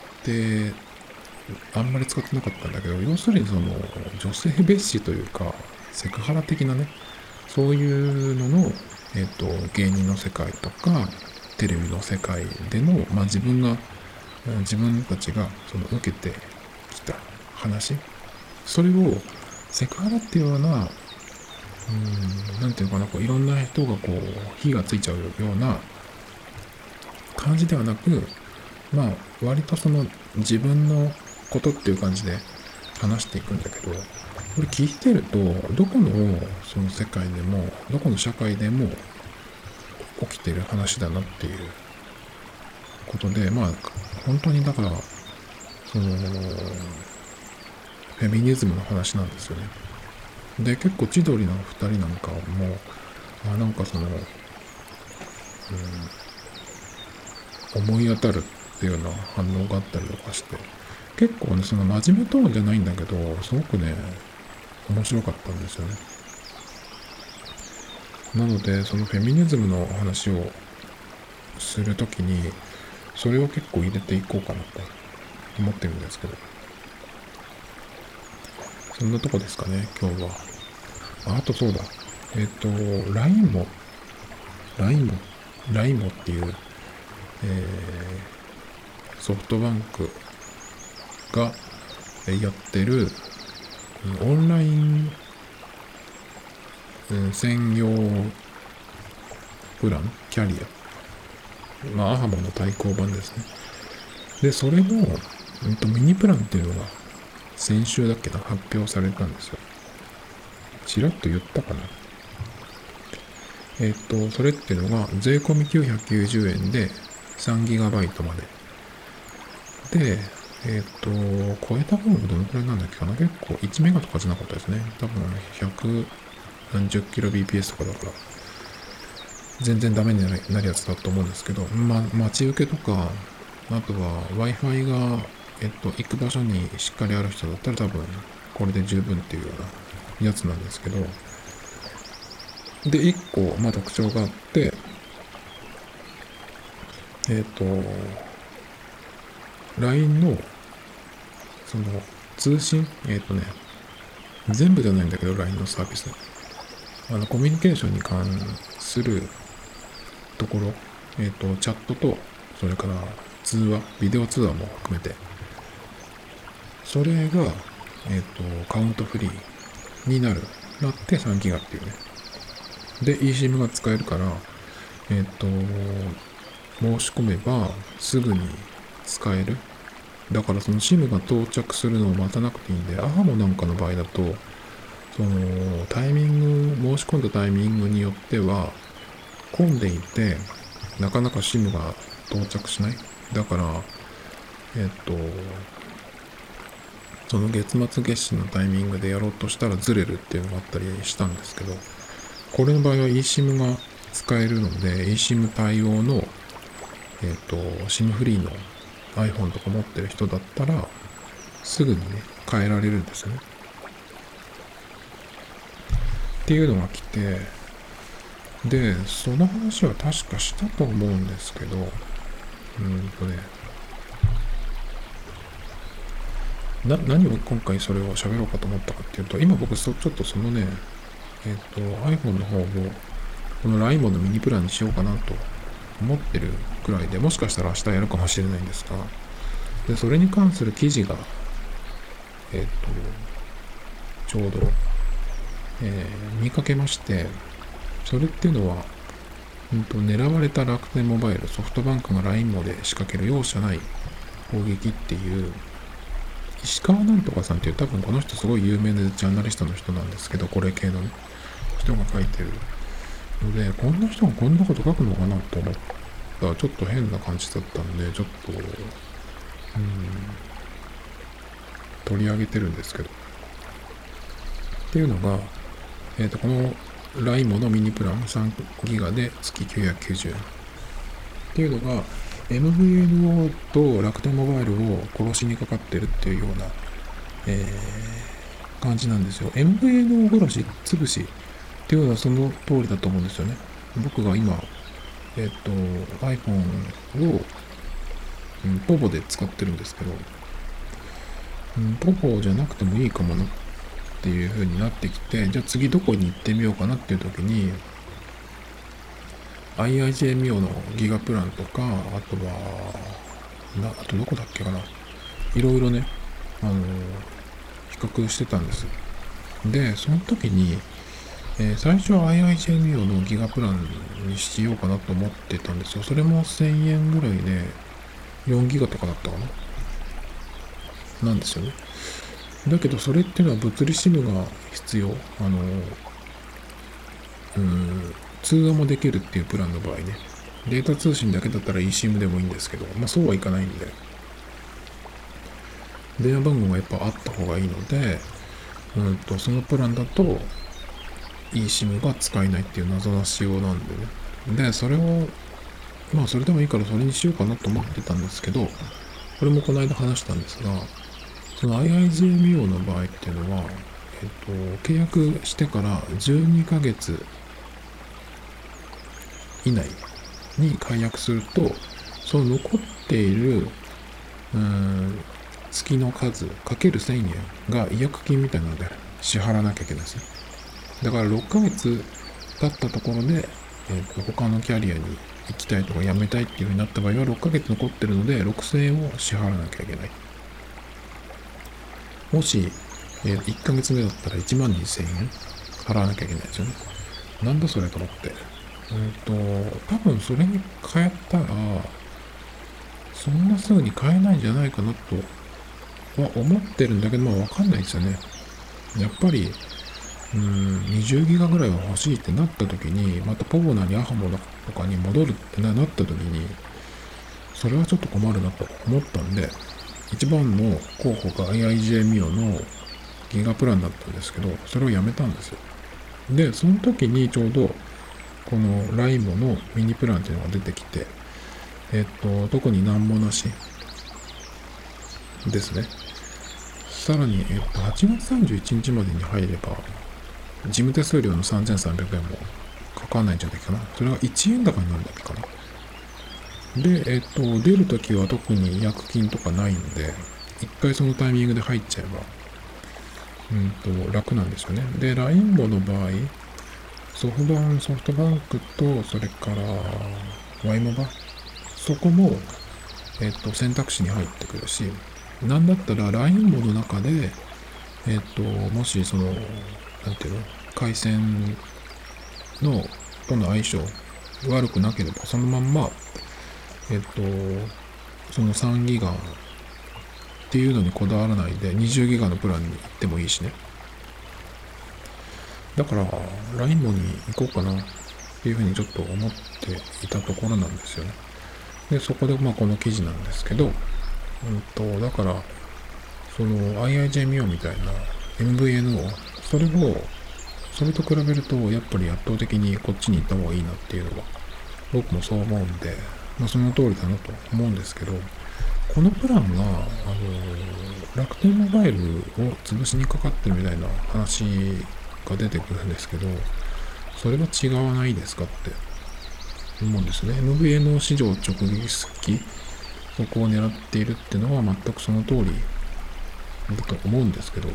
あんまり使ってなかったんだけど、要するにその女性蔑視というかセクハラ的なね、そういうのの、芸人の世界とかテレビの世界での、自分たちがその受けてきた話、それをセクハラっていうような、なんていうのかな、こういろんな人がこう火がついちゃうような感じではなく、割とその自分のことっていう感じで話していくんだけど、これ聞いてると、どこのその世界でも、どこの社会でも起きてる話だなっていうことで、本当にだから、その、フフェミニズムの話なんですよね。で、結構千鳥の二人なんかも、なんかその、思い当たるっていうような反応があったりとかして、結構ね、その真面目トーンじゃないんだけど、すごくね、面白かったんですよね。なので、そのフェミニズムの話をするときに、それを結構入れていこうかなと思ってるんですけど、そんなとこですかね、今日は。あとそうだ、LINE も、LINE も、LINE もっていう、ソフトバンクがやってるオンライン専用プラン、キャリア。アハモの対抗版ですね。で、それの、ミニプランっていうのが先週だっけな、発表されたんですよ。ちらっと言ったかな。それっていうのが税込み990円で 3GB まで。で、超えた分がどのくらいなんだっけかな。結構1メガとかじゃなかったですね。多分100何十キロ BPS とかだから、全然ダメになるやつだと思うんですけど、待ち受けとか、あとは Wi-Fi が、行く場所にしっかりある人だったら多分これで十分っていうようなやつなんですけど、で、1個、特徴があって、LINE の、その、通信、全部じゃないんだけど、LINE のサービス。コミュニケーションに関するところ、チャットと、それから通話、ビデオ通話も含めて、それが、カウントフリーになって3ギガっていうね。で、eSIM が使えるから、申し込めばすぐに使える。だからその SIM が到着するのを待たなくていいんで、アハモなんかの場合だと、そのタイミング、申し込んだタイミングによっては、混んでいて、なかなか SIM が到着しない。だから、その月末月始のタイミングでやろうとしたらずれるっていうのがあったりしたんですけど、これの場合は eSIM が使えるので、eSIM 対応の、SIM フリーの iPhone とか持ってる人だったら、すぐにね、変えられるんですよね。っていうのが来て、で、その話は確かしたと思うんですけど、何を今回それを喋ろうかと思ったかっていうと、今僕ちょっとそのね、iPhone の方を、この LINE のミニプランにしようかなと思ってるくらいで、もしかしたら明日やるかもしれないんですが、で、それに関する記事が、ちょうど、見かけまして、それっていうのは、狙われた楽天モバイル、ソフトバンクが LINE モで仕掛ける容赦ない攻撃っていう、石川なんとかさんっていう多分この人すごい有名なジャーナリストの人なんですけど、これ系のね、人が書いてるので、こんな人がこんなこと書くのかなと思ったらちょっと変な感じだったんで、ちょっと、取り上げてるんですけど。っていうのが、この LINE モのミニプラン3ギガで月990円。っていうのが、MVNO と楽天モバイルを殺しにかかってるっていうような、感じなんですよ。MVNO 殺し、潰しっていうのはその通りだと思うんですよね。僕が今、iPhone を、ポボで使ってるんですけど、ポボじゃなくてもいいかもなっていう風になってきて、じゃあ次どこに行ってみようかなっていう時に、IIJ のギガプランとか、あとどこだっけかな。いろいろね、比較してたんです。で、その時に、最初は IIJ のギガプランにしようかなと思ってたんですよ。それも1000円ぐらいで4ギガとかだったかな。なんですよね。だけどそれっていうのは物理 SIM が必要。通話もできるっていうプランの場合ね。データ通信だけだったら eSIM でもいいんですけど、そうはいかないんで。 電話番号がやっぱあった方がいいので、そのプランだと eSIM が使えないっていう謎な仕様なんでね。で、それを、それでもいいからそれにしようかなと思ってたんですけど、これもこの間話したんですが、その IIJMIO の場合っていうのは、契約してから12ヶ月以内に解約すると、その残っている月の数かける1000円が違約金みたいなので支払わなきゃいけないですね。だから6ヶ月経ったところで、他のキャリアに行きたいとか辞めたいっていう風になった場合は6ヶ月残ってるので6000円を支払わなきゃいけない。もし、1ヶ月目だったら1万2000円払わなきゃいけないですよね。なんだそれと思って。多分それに変えたら、そんなすぐに買えないんじゃないかなとは思ってるんだけど、わかんないですよね。やっぱり、20ギガぐらいは欲しいってなった時に、またポボなりアハモとかに戻るってなった時に、それはちょっと困るなと思ったんで、一番の候補が IIJ ミオのギガプランだったんですけど、それをやめたんですよ。で、その時にちょうど、このライモのミニプランっていうのが出てきて、特に何もなしですね。さらに、8月31日までに入れば、事務手数料の3300円もかかんないんじゃないかな。それが1円高になるんだっけかな。で、出るときは特に違約金とかないんで、一回そのタイミングで入っちゃえば、楽なんですよね。で、ラインボの場合、ソフトバンクと、それからワイモバ、そこも、選択肢に入ってくるし、なんだったらラインボの中で、もしその、なんていうの、回線のとの相性悪くなければ、そのまんま、その3ギガっていうのにこだわらないで20ギガのプランに行ってもいいしね。だから、ラインボに行こうかなっていうふうにちょっと思っていたところなんですよね。で、そこでこの記事なんですけど、だから、その IIJ みたいな MVNO、それと比べると、やっぱり圧倒的にこっちに行った方がいいなっていうのは、僕もそう思うんで、その通りだなと思うんですけど、このプランが、楽天モバイルを潰しにかかってるみたいな話が出てくるんですけど、それは違わないですかって思うんですね。MVNO 市場直撃、そこを狙っているっていうのは全くその通りだと思うんですけど、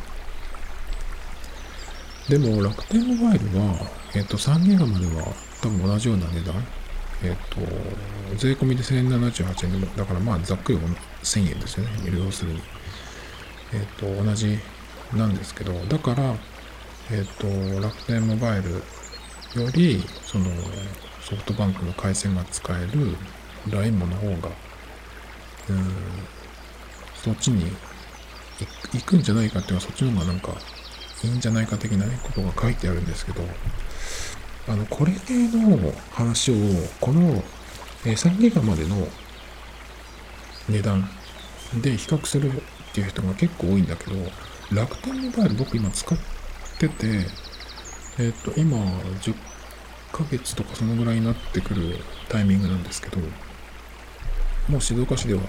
でも楽天モバイルは、3ギガまでは多分同じような値段、税込みで1078円で、だからざっくり1000円ですよね。要するに。同じなんですけど、だから、楽天モバイルより、その、ソフトバンクの回線が使えるラインモの方が、そっちに行くんじゃないかっていうのは、そっちの方がなんかいいんじゃないか的なね、ことが書いてあるんですけど、これ系の話を、この3ギガまでの値段で比較するっていう人が結構多いんだけど、楽天モバイル僕今使ってて、今10ヶ月とかそのぐらいになってくるタイミングなんですけど、もう静岡市では、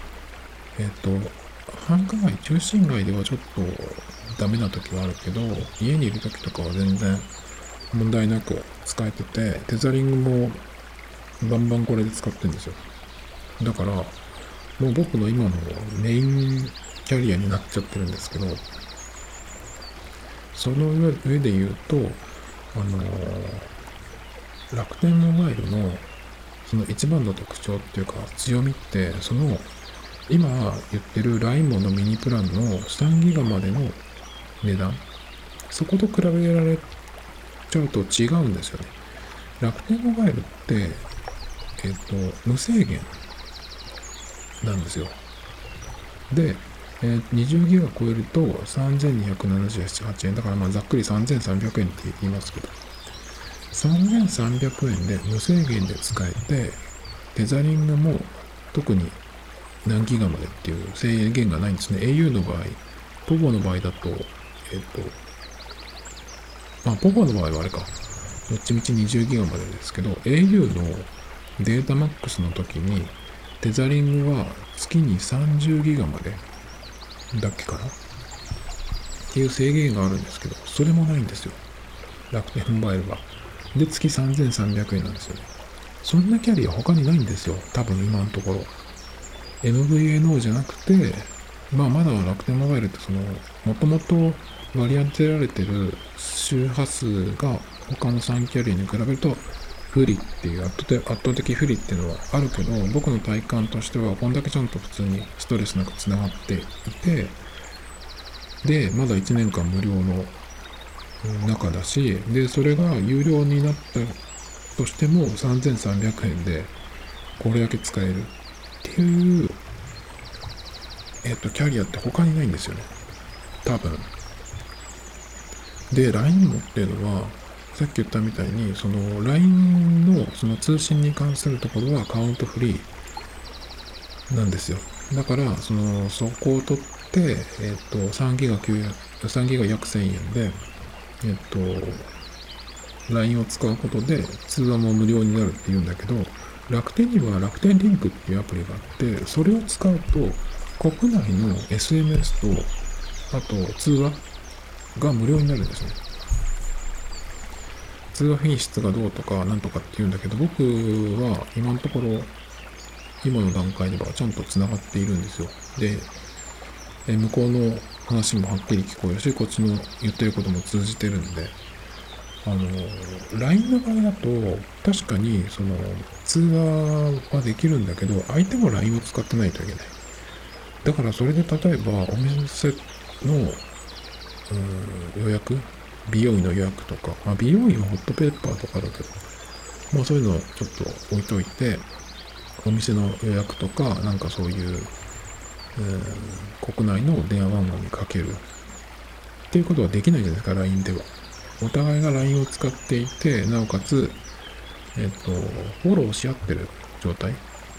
繁華街、中心街ではちょっとダメな時はあるけど、家にいる時とかは全然問題なく使えてて、テザリングもバンバンこれで使ってるんですよ。だから、もう僕の今のメインキャリアになっちゃってるんですけど、その上で言うと、楽天モバイルのその一番の特徴っていうか強みって、その今言ってる LINE のミニプランの3ギガまでの値段、そこと比べられちゃうと違うんですよね。楽天モバイルって、無制限なんですよ。で、20ギガ超えると3278円。だからざっくり3300円って言いますけど、3300円で無制限で使えて、テザリングも特に何ギガまでっていう制限がないんですね。au の場合、ポボの場合だと、ポボの場合はあれか、どっちみち20ギガまでですけど、au のデータマックスの時に、テザリングは月に30ギガまでだっけかなっていう制限があるんですけど、それもないんですよ。楽天モバイルは。で、月3300円なんですよね。そんなキャリア他にないんですよ。多分今のところ。MVNO じゃなくて、まだ楽天モバイルってもともと割り当てられてる周波数が他の3キャリアに比べると不利っていう圧倒的不利っていうのはあるけど、僕の体感としてはこんだけちゃんと普通にストレスなく繋がっていて、で、まだ1年間無料の中だし、で、それが有料になったとしても3300円でこれだけ使えるっていう、キャリアって他にないんですよね。多分。で、LINE もっていうのは、さっき言ったみたいに、LINE の通信に関するところはカウントフリーなんですよ。だから、そこを取って、3ギガ約1000円で、LINE を使うことで通話も無料になるっていうんだけど、楽天には楽天リンクっていうアプリがあって、それを使うと、国内の SMS と、あと通話が無料になるんですね。通話品質がどうとかなんとかって言うんだけど、僕は今のところ、今の段階ではちゃんと繋がっているんですよ。で、向こうの話もはっきり聞こえるし、こっちの言ってることも通じてるんで、LINE の場合だと、確かに、通話はできるんだけど、相手も LINE を使ってないといけない。だから、それで例えば、お店の、予約、美容院の予約とか、美容院はホットペーパーとかだけど、そういうのをちょっと置いといて、お店の予約とか、なんかそういう、国内の電話番号にかけるっていうことはできないじゃないですか、LINE では。お互いが LINE を使っていて、なおかつ、フォローし合ってる状態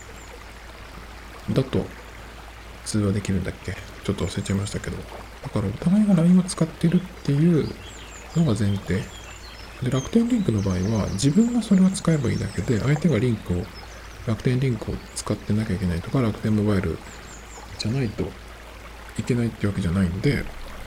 だと通話できるんだっけ？ちょっと忘れちゃいましたけど。だからお互いが LINE を使ってるっていうのが前提。で、楽天リンクの場合は自分がそれを使えばいいだけで、相手が楽天リンクを使ってなきゃいけないとか、楽天モバイルじゃないといけないってわけじゃないんで、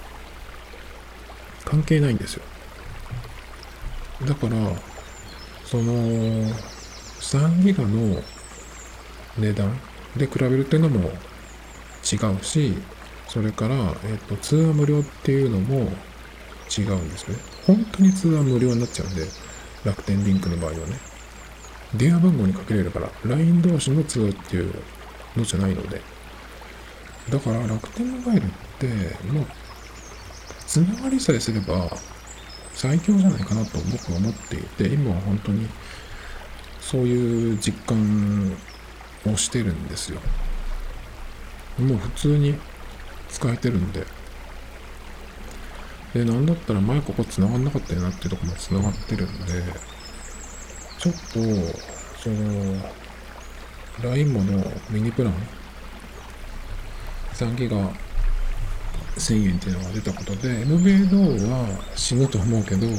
関係ないんですよ。だから、3ギガの値段で比べるっていうのも違うし、それから、通話無料っていうのも違うんですよね。本当に通話無料になっちゃうんで、楽天リンクの場合はね。電話番号にかけれるから、LINE 同士の通話っていうのじゃないので。だから楽天モバイルって、つながりさえすれば最強じゃないかなと僕は思っていて、今は本当にそういう実感をしてるんですよ。もう普通に使えてるんで。で、なんだったら前ここ繋がんなかったよなっていうとこも繋がってるんで、ちょっと、LINE ものミニプラン、3ギガ1000円っていうのが出たことで、MVNO は死ぬと思うけど、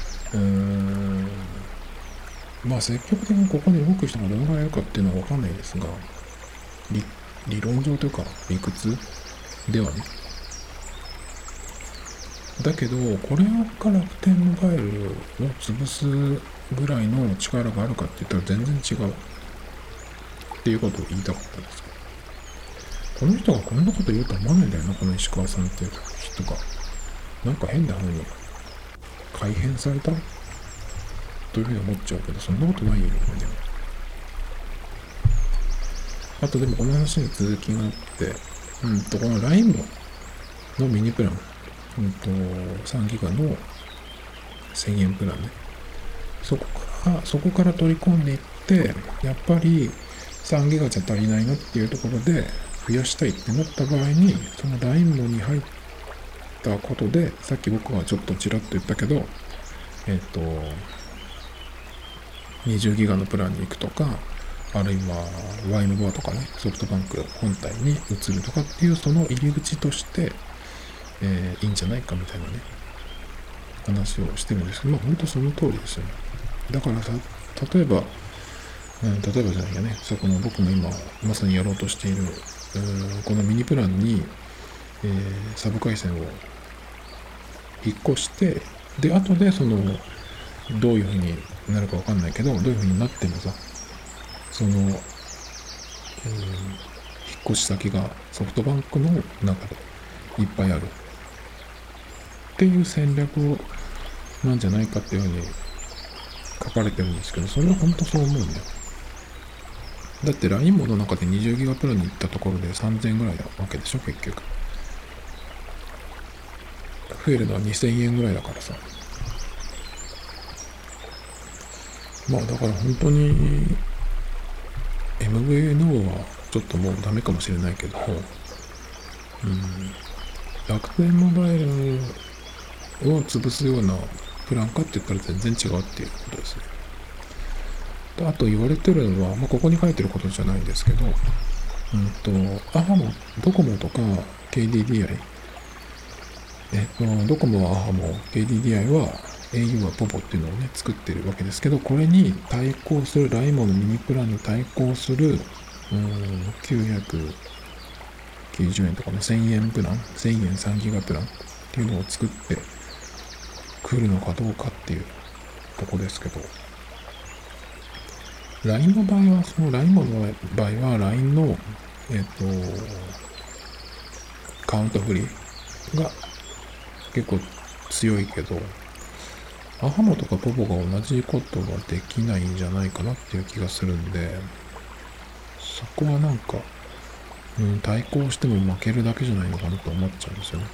積極的にここに動く人がどのぐらいいるかっていうのはわかんないですが、理論上というか理屈ではね。だけど、これが楽天モバイルを潰すぐらいの力があるかって言ったら全然違うっていうことを言いたかったんです。この人がこんなこと言うとは思わないんだよな、この石川さんっていう人が。なんか変な風に改変されたというふうに思っちゃうけど、そんなことないよね。あとでもこの話に続きがあって、この LINE のミニプラン、3ギガの1000円プランね。そこから取り込んでいって、やっぱり3ギガじゃ足りないなっていうところで増やしたいってなった場合に、その LINE 網に入ったことで、さっき僕はちょっとちらっと言ったけど、20ギガのプランに行くとか、 あるいは Y モバとかね、ソフトバンク本体に移るとかっていうその入り口として、いいんじゃないかみたいなね、話をしてるんですけど、本当その通りですよね。だからさ、例えばじゃないよね、この僕も今まさにやろうとしているこのミニプランに、サブ回線を引っ越して、で後でどういう風になるかわかんないけど、どういう風になってもさ、引っ越し先がソフトバンクの中でいっぱいあるっていう戦略なんじゃないかっていうふうに書かれてるんですけど、それは本当そう思うんだよ。だって LINE モの中で20ギガプランに行ったところで3000円ぐらいなわけでしょ、結局。増えるのは2000円ぐらいだからさ。だから本当に MVNO はちょっともうダメかもしれないけど、楽天モバイルを潰すようなプランかって言ったら全然違うっていうことですね。あと言われてるのは、ここに書いてることじゃないんですけど、アハモ、ドコモとか KDDI、ドコモはアハモ、KDDI は au はポポっていうのをね、作ってるわけですけど、これに対抗する、ライモのミニプランに対抗する、990円とかの1000円プラン、1000円3ギガプランっていうのを作ってくるのかどうかっていうとこですけど、LINE の場合は、LINE の場合は LINE の、カウントフリーが結構強いけど、アハモとかポポが同じことはできないんじゃないかなっていう気がするんで、そこはなんか、対抗しても負けるだけじゃないのかなと思っちゃうんですよね。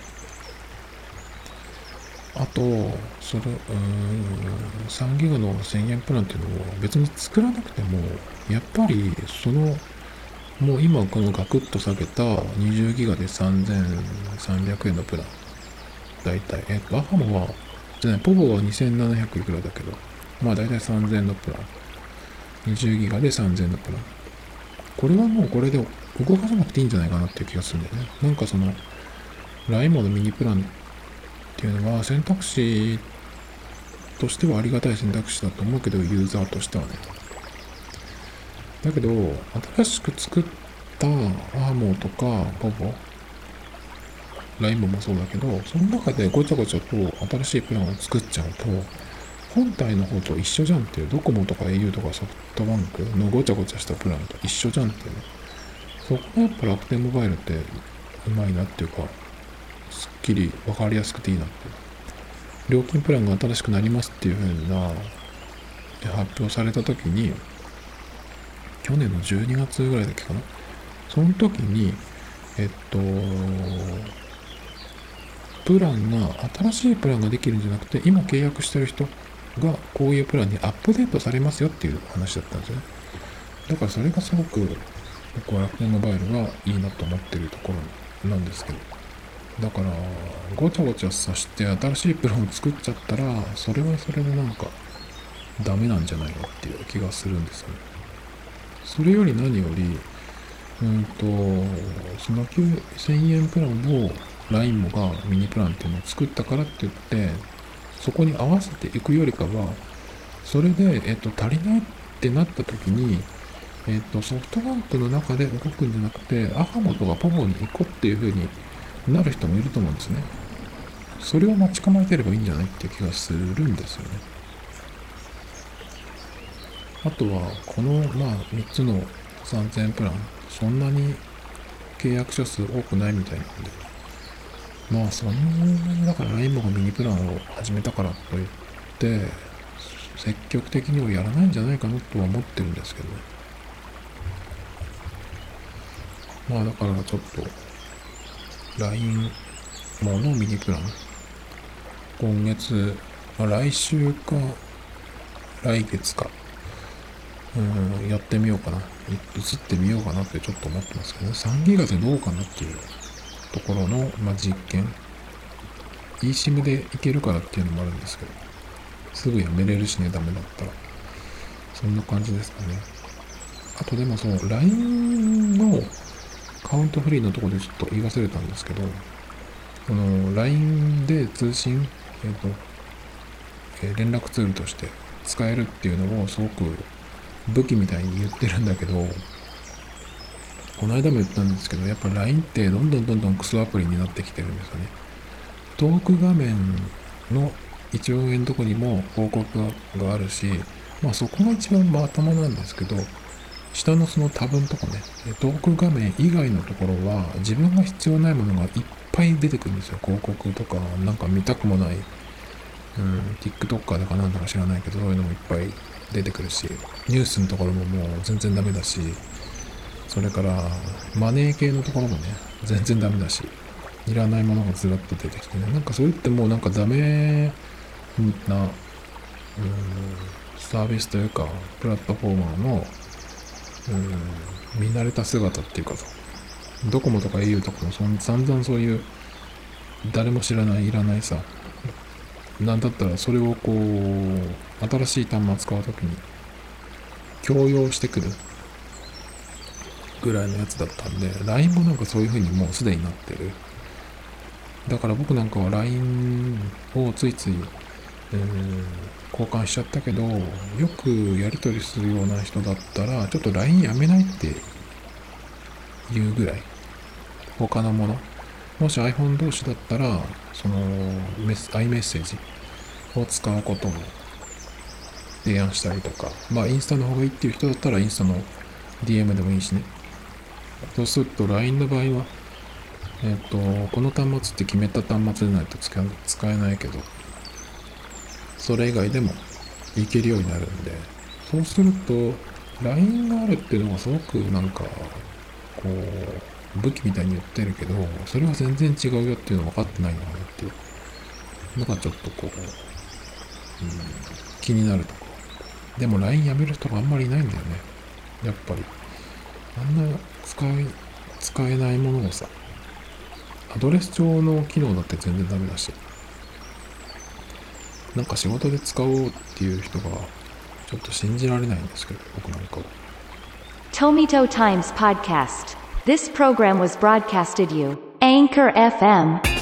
あと、3ギガの1000円プランっていうのを別に作らなくても、やっぱりもう今このガクッと下げた20ギガで3300円のプラン。だいたい、アハモは、ポボは2700いくらだけど、だいたい3000円のプラン。20ギガで3000円のプラン。これはもうこれで動かさなくていいんじゃないかなっていう気がするんだよね。なんかライモのミニプランっていうのは選択肢としてはありがたい選択肢だと思うけど、ユーザーとしてはね。だけど、新しく作ったアーモとかポボ、ライモもそうだけど、その中でごちゃごちゃと新しいプランを作っちゃうと、本体の方と一緒じゃんっていう、ドコモとか au とかソフトバンクのごちゃごちゃしたプランと一緒じゃんっていうね。そこがやっぱ楽天モバイルってうまいなっていうか、すっきり分かりやすくていいなって。料金プランが新しくなりますっていう風な発表された時に、去年の12月ぐらいだっけかな。その時に、プランが、新しいプランができるんじゃなくて、今契約してる人がこういうプランにアップデートされますよっていう話だったんですよね。だからそれがすごく、僕は楽天モバイルがいいなと思ってるところなんですけど。だから、ごちゃごちゃさせて新しいプランを作っちゃったら、それはそれでなんか、ダメなんじゃないのっていう気がするんですよね。それより何より、その9000円プランを LINE もがミニプランっていうのを作ったからって言って、そこに合わせていくよりかは、それで、足りないってなった時に、ソフトバンクの中で動くんじゃなくて、アハモとかポポに行こうっていう風になる人もいると思うんですね。それを待ち構えてればいいんじゃないっていう気がするんですよね。あとは、この、3つの3000円プラン、そんなに契約者数多くないみたいなんで、そんなに、だから LINE もがミニプランを始めたからといって、積極的にはやらないんじゃないかなとは思ってるんですけどね。だからちょっと、LINE ものミニプラン、今月、来週か、来月か、やってみようかな。移ってみようかなってちょっと思ってますけどね。3ギガでどうかなっていうところの、実験。eSIM でいけるからっていうのもあるんですけど、すぐやめれるしね、ダメだったら。そんな感じですかね。 あとでもそう、LINE のカウントフリーのところでちょっと言い忘れたんですけど、LINE で通信、連絡ツールとして使えるっていうのをすごく武器みたいに言ってるんだけど、この間も言ったんですけど、やっぱ LINE ってどんどんクソアプリになってきてるんですよね。トーク画面の一番上のところにも広告があるし、まあそこが一番頭なんですけど、下のそのタブのとこね、トーク画面以外のところは自分が必要ないものがいっぱい出てくるんですよ。広告とか、なんか見たくもない、TikToker だかなんだか知らないけど、そういうのもいっぱい出てくるし、ニュースのところももう全然ダメだし、それからマネー系のところもね、全然ダメだし、いらないものがずらっと出てきてね、なんかそれってもうなんかダメな、サービスというか、プラットフォーマーの、見慣れた姿っていうかさ、ドコモとか au とかも散々そういう誰も知らないいらないさ、なんだったらそれをこう新しい端末使うときに強要してくるぐらいのやつだったんで、 LINE もなんかそういう風にもうすでになってる。だから僕なんかは LINE をついつい、交換しちゃったけど、よくやり取りするような人だったらちょっと LINE やめないっていうぐらい、他のもの、もし iPhone 同士だったらそのiMessage を使うことを提案したりとか、まあインスタの方がいいっていう人だったらインスタの DM でもいいしね。そうすると LINE の場合はこの端末って決めた端末でないと使えないけど、それ以外でもいけるようになるんで、そうすると LINE があるっていうのがすごくなんかこう武器みたいに言ってるけど、それは全然違うよっていうの分かってないのかなっていうのがちょっとこう、気になるところ。でも LINE やめる人があんまりいないんだよね、やっぱり。あんな使えないものをさ、アドレス上の機能だって全然ダメだし、なんか仕事で使おうっていう人がちょっと信じられないんですけど、僕なんかは。 Tomito Times Podcast. This program was broadcasted you. Anchor FM